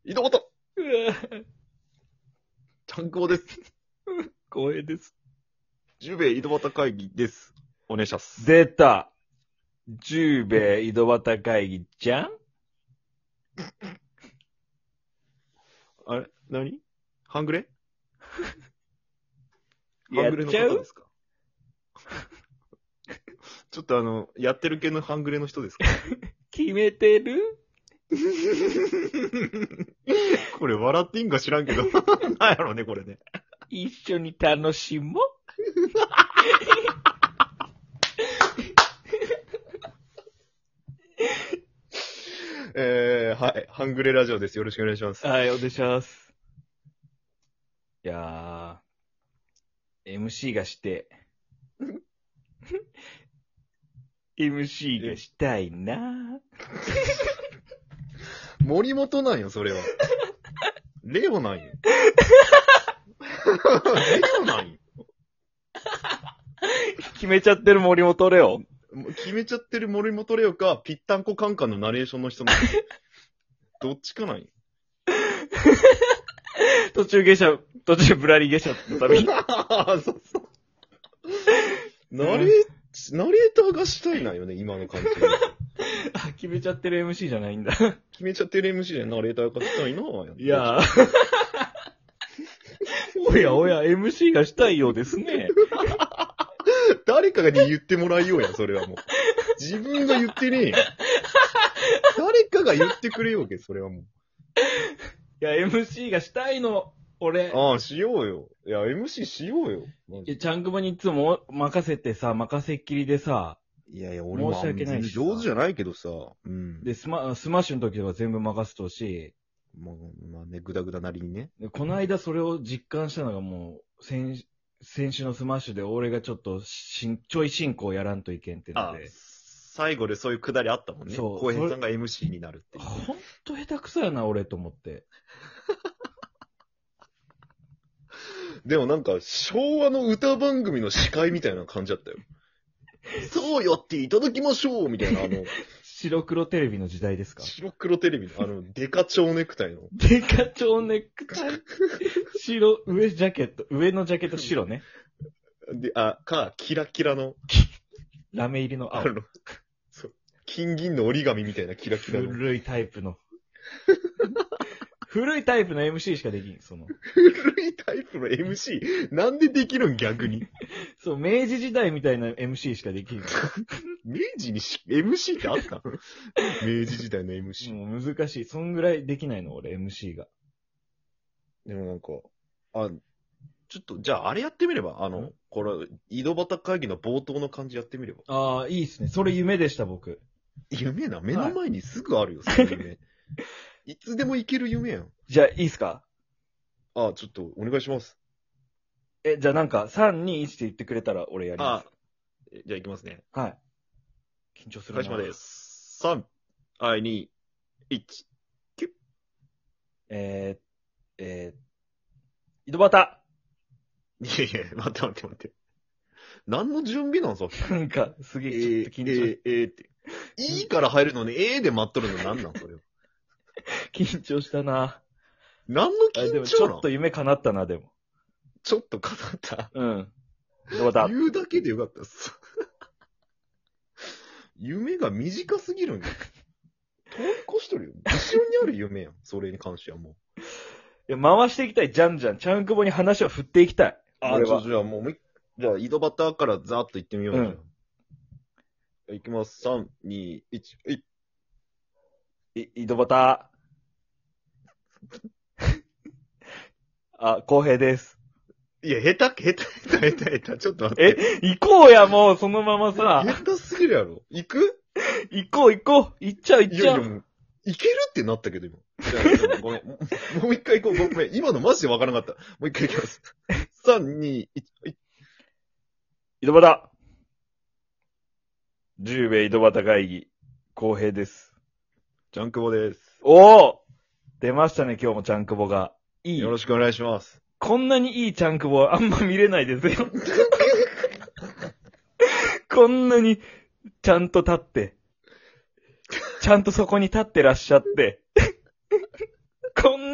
井戸端うわちゃんくぼです。 光栄です。 十兵衛井戸端会議です。お願いします。 出た。十兵衛井戸端会議じゃんあれ何半グレや半グレのっちゃう方ですか？ちょっとやってる系の半グレの人ですか？ 決めてるこれ笑っていいんか知らんけど。なんやろね、これね。 一緒に楽しもう。 はい。半グレラジオです。よろしくお願いします。 はい、お願いします。いやー、MC がして、MC がしたいな森本なんよ、それは。レオなんよ。レオなんよ。 決めちゃってる森本レオ。 もう決めちゃってる森本レオか、ぴったんこカンカンのナレーションの人なんよ。どっちかなんよ。 途中ぶらり下車のために。 そうそう。ナレーターがしたいなんよね、今の感じで。 あ、決めちゃってる MC じゃないんだ。 決めちゃってる MC でナレーターがしたいなぁ。 いやー。おやおや、MC がしたいようですね。 誰かに言ってもらいようや、それはもう。自分が言ってねえよ。誰かが言ってくれようけ、それはもう。 いや、MC がしたいの、俺。 ああ、しようよ。いや、MC しようよ。 ちゃんくぼにいつも任せてさ、任せっきりでさ、 いやいや、俺も申し訳ないしさ上手じゃないけどさ。うん。 で、スマッシュの時とか全部任せとし、 まあね、グダグダなりにね。 でこの間それを実感したのがもう、先週のスマッシュで俺がちょっとちょい進行やらんといけんってので。 最後でそういうくだりあったもんね。 そう。 浩平さんが MC になるっていう。 ほんと下手くそやな、俺と思って。 でもなんか、昭和の歌番組の司会みたいな感じだったよ。そうやっていただきましょうみたいな、 白黒テレビの時代ですか？ 白黒テレビの、デカ蝶ネクタイの。 デカ蝶ネクタイ白、上のジャケット白ね。 で、キラキラの、 ラメ入りの青。 そう。金銀の折り紙みたいなキラキラの。 古いタイプの。古いタイプの MC しかできん、その。 古いタイプの MC? なんでできるん逆に。 そう、明治時代みたいな MC しかできん。 明治にMC ってあったの？明治時代の MC。 もう難しい。そんぐらいできないの、俺、MC が。 でもなんか、ちょっと、じゃああれやってみれば、これ、井戸端会議の冒頭の感じやってみれば。 ああ、いいっすね。それ夢でした、僕。 夢な、目の前にすぐあるよ、その夢。いつでも行ける夢やん。 じゃあ、いいっすか？ ちょっと、お願いします。 じゃあなんか、3、2、1って言ってくれたら俺やります。 じゃあ行きますね。 はい。緊張するな。 開始まです。3、2、1、キュッ。 井戸端。 いやいや、待って。何の準備なんさっき。 なんか、すげえ、ちょっと緊張って。いいから入るのに、で待っとるの何なんそれ。 緊張したな。 何の緊張なの？ でもちょっと夢叶ったな、でも。 ちょっと叶った。 うん。井戸端。 言うだけでよかったっす。夢が短すぎるんだよ。通り越しとるよ。後ろにある夢やん。それに関してはもう。 いや、回していきたい。じゃんじゃん。ちゃんくぼに話を振っていきたい。 じゃあもう、じゃあ井戸端からザーッと行ってみよう。いきます。3、2、1、 井戸端。浩平です。 いや、下手。ちょっと待って。 行こうや、もう、そのままさ。 下手すぎるやろ。行く？ 行こう。行っちゃう。 いや、もう、行けるってなったけど、今。じゃあごめん。もう一回行こう。ごめん。今のマジでわからなかった。もう一回行きます。3、2、1、 井戸端。十兵衛井戸端会議、浩平です。 ジャンクボです。 おー出ましたね、今日もちゃんくぼが。いい。 よろしくお願いします。 こんなにいいちゃんくぼあんま見れないですよ。こんなに、ちゃんと立って、ちゃんとそこに立ってらっしゃって、こん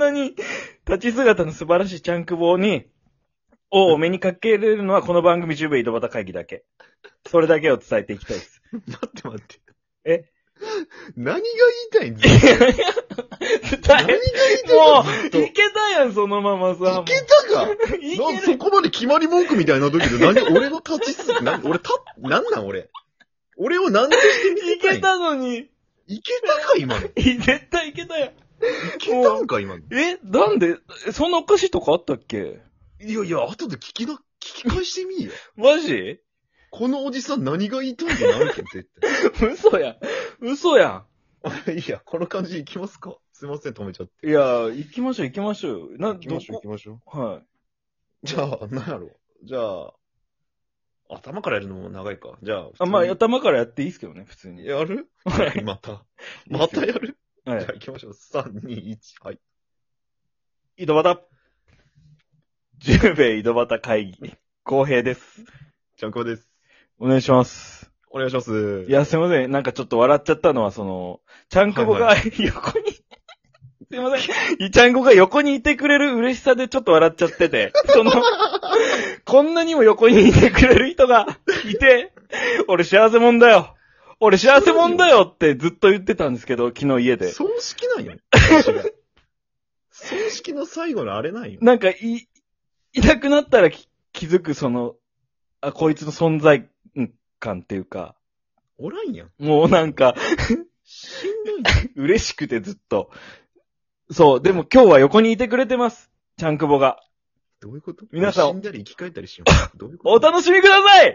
なに立ち姿の素晴らしいチャンクボをお目にかけれるのはこの番組10名井戸端会議だけ。それだけを伝えていきたいです。 待って待って。 え何が言いたいんですか？ 伝え、 何が言いもたいんですう、いけたやん、そのままさ。 いけたかいなんける。 そこまで決まり文句みたいな時で俺の立ちす、なんなん俺。俺をなんでしてみせたいいけたのに。 いけたか今の。 絶対いけたやん。 いけたんか今の。 なんで、そんなおかしいとこあったっけ？ いやいや、後で聞き返してみいよ。 マジ？ このおじさん何が言いたいってなるけん、絶嘘やん。嘘や対。いや、この感じいきますか？すいません、止めちゃって。 ん。いや、行きましょう、行きましょう。 行きましょう、行きましょう。 はい。 じゃあ、なんやろう。じゃあ、頭からやるのも長いか。じゃあ、 まあ、頭からやっていいですけどね、普通に。 やるはいまた。またやるはいじゃあ。行きましょう。3、2、1、はい。 井戸端。10名井戸端会議。公平です。 ちゃんこです。 お願いします。 お願いします。 いや、すいません。なんかちょっと笑っちゃったのは、ちゃんこぼが、 は横に、すいません。ちゃんこが横にいてくれる嬉しさでちょっと笑っちゃってて、こんなにも横にいてくれる人がいて、俺幸せもんだよ。俺幸せもんだよってずっと言ってたんですけど、昨日家で。 葬式なんよ。葬式の最後のあれなんよ。 なんかいなくなったら気づくこいつの存在感っていうか、 おらんやん。 もうなんか、 しんどいやん。 嬉しくてずっと。そう、でも今日は横にいてくれてます。ちゃんくぼが。 どういうこと皆さん死んだり生き返ったりしよう。どういうこおと楽しみください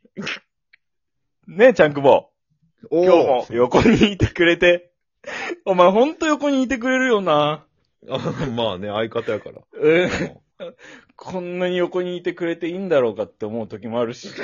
ねえ、ちゃんくぼ。 今今日も横にいてくれて。お前ほんと横にいてくれるよな。 まあね、相方やから。 こんなに横にいてくれていいんだろうかって思う時もあるし。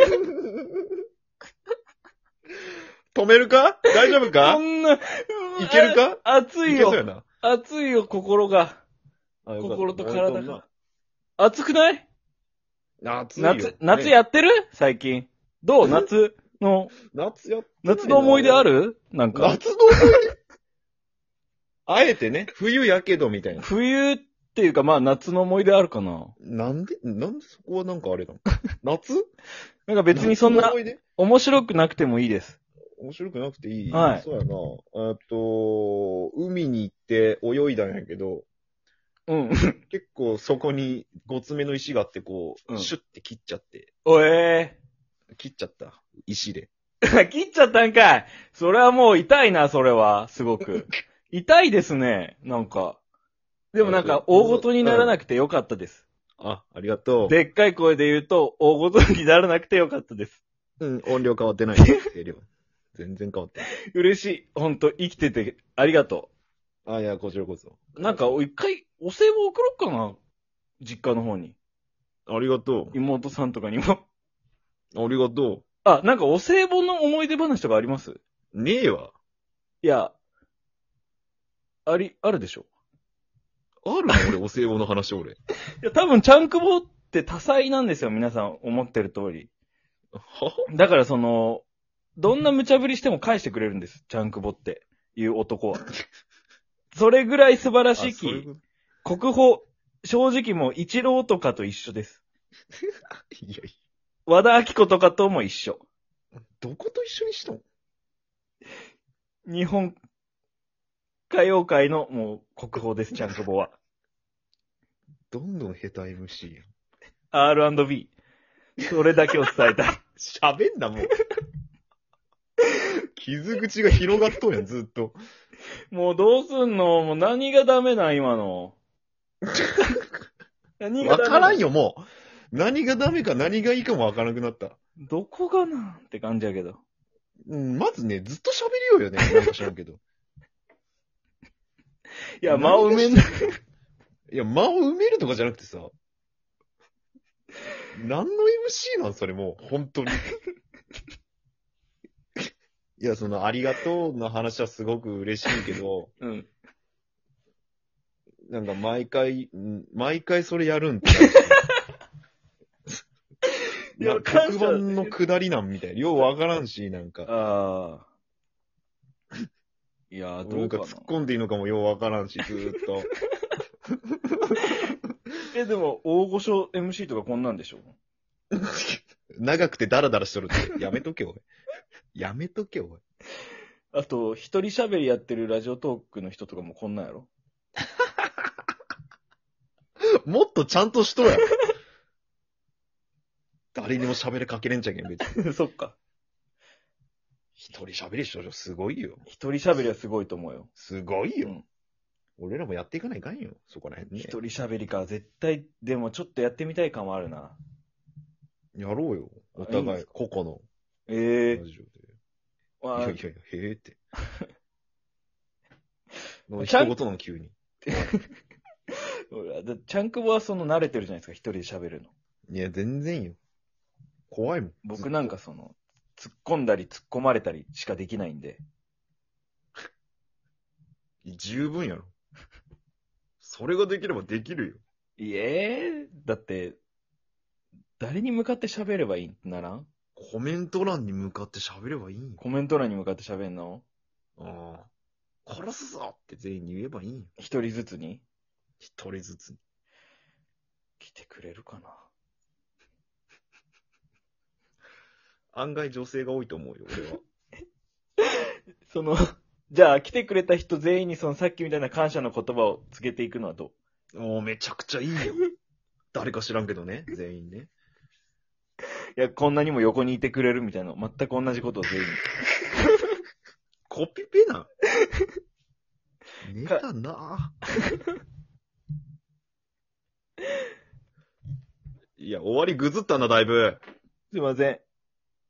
止めるか大丈夫こかんな、 いけるか熱いよ。 いけそうやな。 熱いよ、心が。 あよかった心と体が。熱くない夏いよ。 夏ねやってる最近。どう夏の、 夏やって夏の思い出あるなんか。 夏の思い出あえてね、冬やけどみたいな。 冬っていうかまあ夏の思い出あるかな。 なんでそこはなんかあれなの夏なんか別にそんな夏の思い出面白くなくてもいいです。 面白くなくていいはいそうやな。海に行って泳いだんやけど、 うん。 結構そこにごつめの石があってこう、 うんシュッて切っちゃって、 お切っちゃった。石で。 切っちゃったんかい。それはもう痛いな、それは。すごく。痛いですね。なんか。でもなんか、大ごとにならなくてよかったです。 ありがとう。 でっかい声で言うと、大ごとにならなくてよかったです。 音量変わってない。声量。全然変わってない。 嬉しい。ほんと、生きてて、ありがといや、こちらこそ。 う。なんか、一回、お歳暮送ろっかな。実家の方に。 ありがと妹さんとかにも。 う。ありがとなんかお歳暮の思い出話とかあります？ う。ねえわ。 いや、あるでしょ。 あるの俺、お歳暮の話、俺。 いや、多分、ちゃんくぼって多彩なんですよ、皆さん思ってる通り。 はだからどんな無茶ぶりしても返してくれるんです、ちゃんくぼっていう男は。それぐらい素晴らしき、 そういうこ国宝、正直もう一郎とかと一緒です。 といやい和田アキ子とかとも一緒。 や、どこと一緒にしたの日本歌謡界のもう国宝です、ちゃんくぼは。 どんどん下手 MC やん。 R&B。それだけを伝えたい。 喋んな、もう。傷口が広がっとんやん、ずっと。 もうどうすんの？もう何がダメなん今の。何がダメわからんよ、もう。何がダメか何がいいかもわからなくなった。 どこがなって感じやけど。 まずね、ずっと喋りようよね。なんか知らんけど。 いや、間を埋めんな。 いや、間を埋めるとかじゃなくてさ。何の MC なんそれもう、本当に。いや、ありがとうの話はすごく嬉しいけど、 うん。 なんか毎回それやるんって。 いや黒板の下りなんみたいな。ようわからんし、なんか。 いやー、どなんうかな。 か突っ込んでいいのかもようわからんし、ずーっと。 でも、大御所 MC とかこんなんでしょ？ 長くてダラダラしとるって。やめとけ、おい。やめとけ、おい。 あと、一人喋りやってるラジオトークの人とかもこんなんやろ？ もっとちゃんとしとや。誰にも喋りかけれんちゃけん、別に。 そっか。 一人喋りしとるすごいよ。 一人喋りはすごいと思うよ。 すごいよ。 うん俺らもやっていかないかんよ、そこら辺ね。 一人喋りか、絶対、でもちょっとやってみたい感はあるな。 やろうよ。おいいん互い、 です個々のえラジオで。 わあいやいやいや、へえって。一ちゃん言なの、急に。 チャンクボはその慣れてるじゃないですか、一人で喋るの。 いや、全然よ。怖いもん。 僕なんかその、突っ込んだり突っ込まれたりしかできないんで。 十分やろ。それができればできるよ。 だって、誰に向かって喋ればいいんならん？ コメント欄に向かって喋ればいいんよ。 コメント欄に向かって喋んの？ ああ。殺すぞって全員に言えばいいんよ。 一人ずつに一人ずつ。 来てくれるかな？ 案外女性が多いと思うよ、俺は。 その、じゃあ来てくれた人全員にそのさっきみたいな感謝の言葉を告げていくのはどおー、めちゃくちゃいいよ。誰か知らんけどね、全員ね。 う？いや、こんなにも横にいてくれるみたいな、全く同じことを全員に。 コピペな。ネタな。いや、終わりぐずったな、だいぶ。 すいません。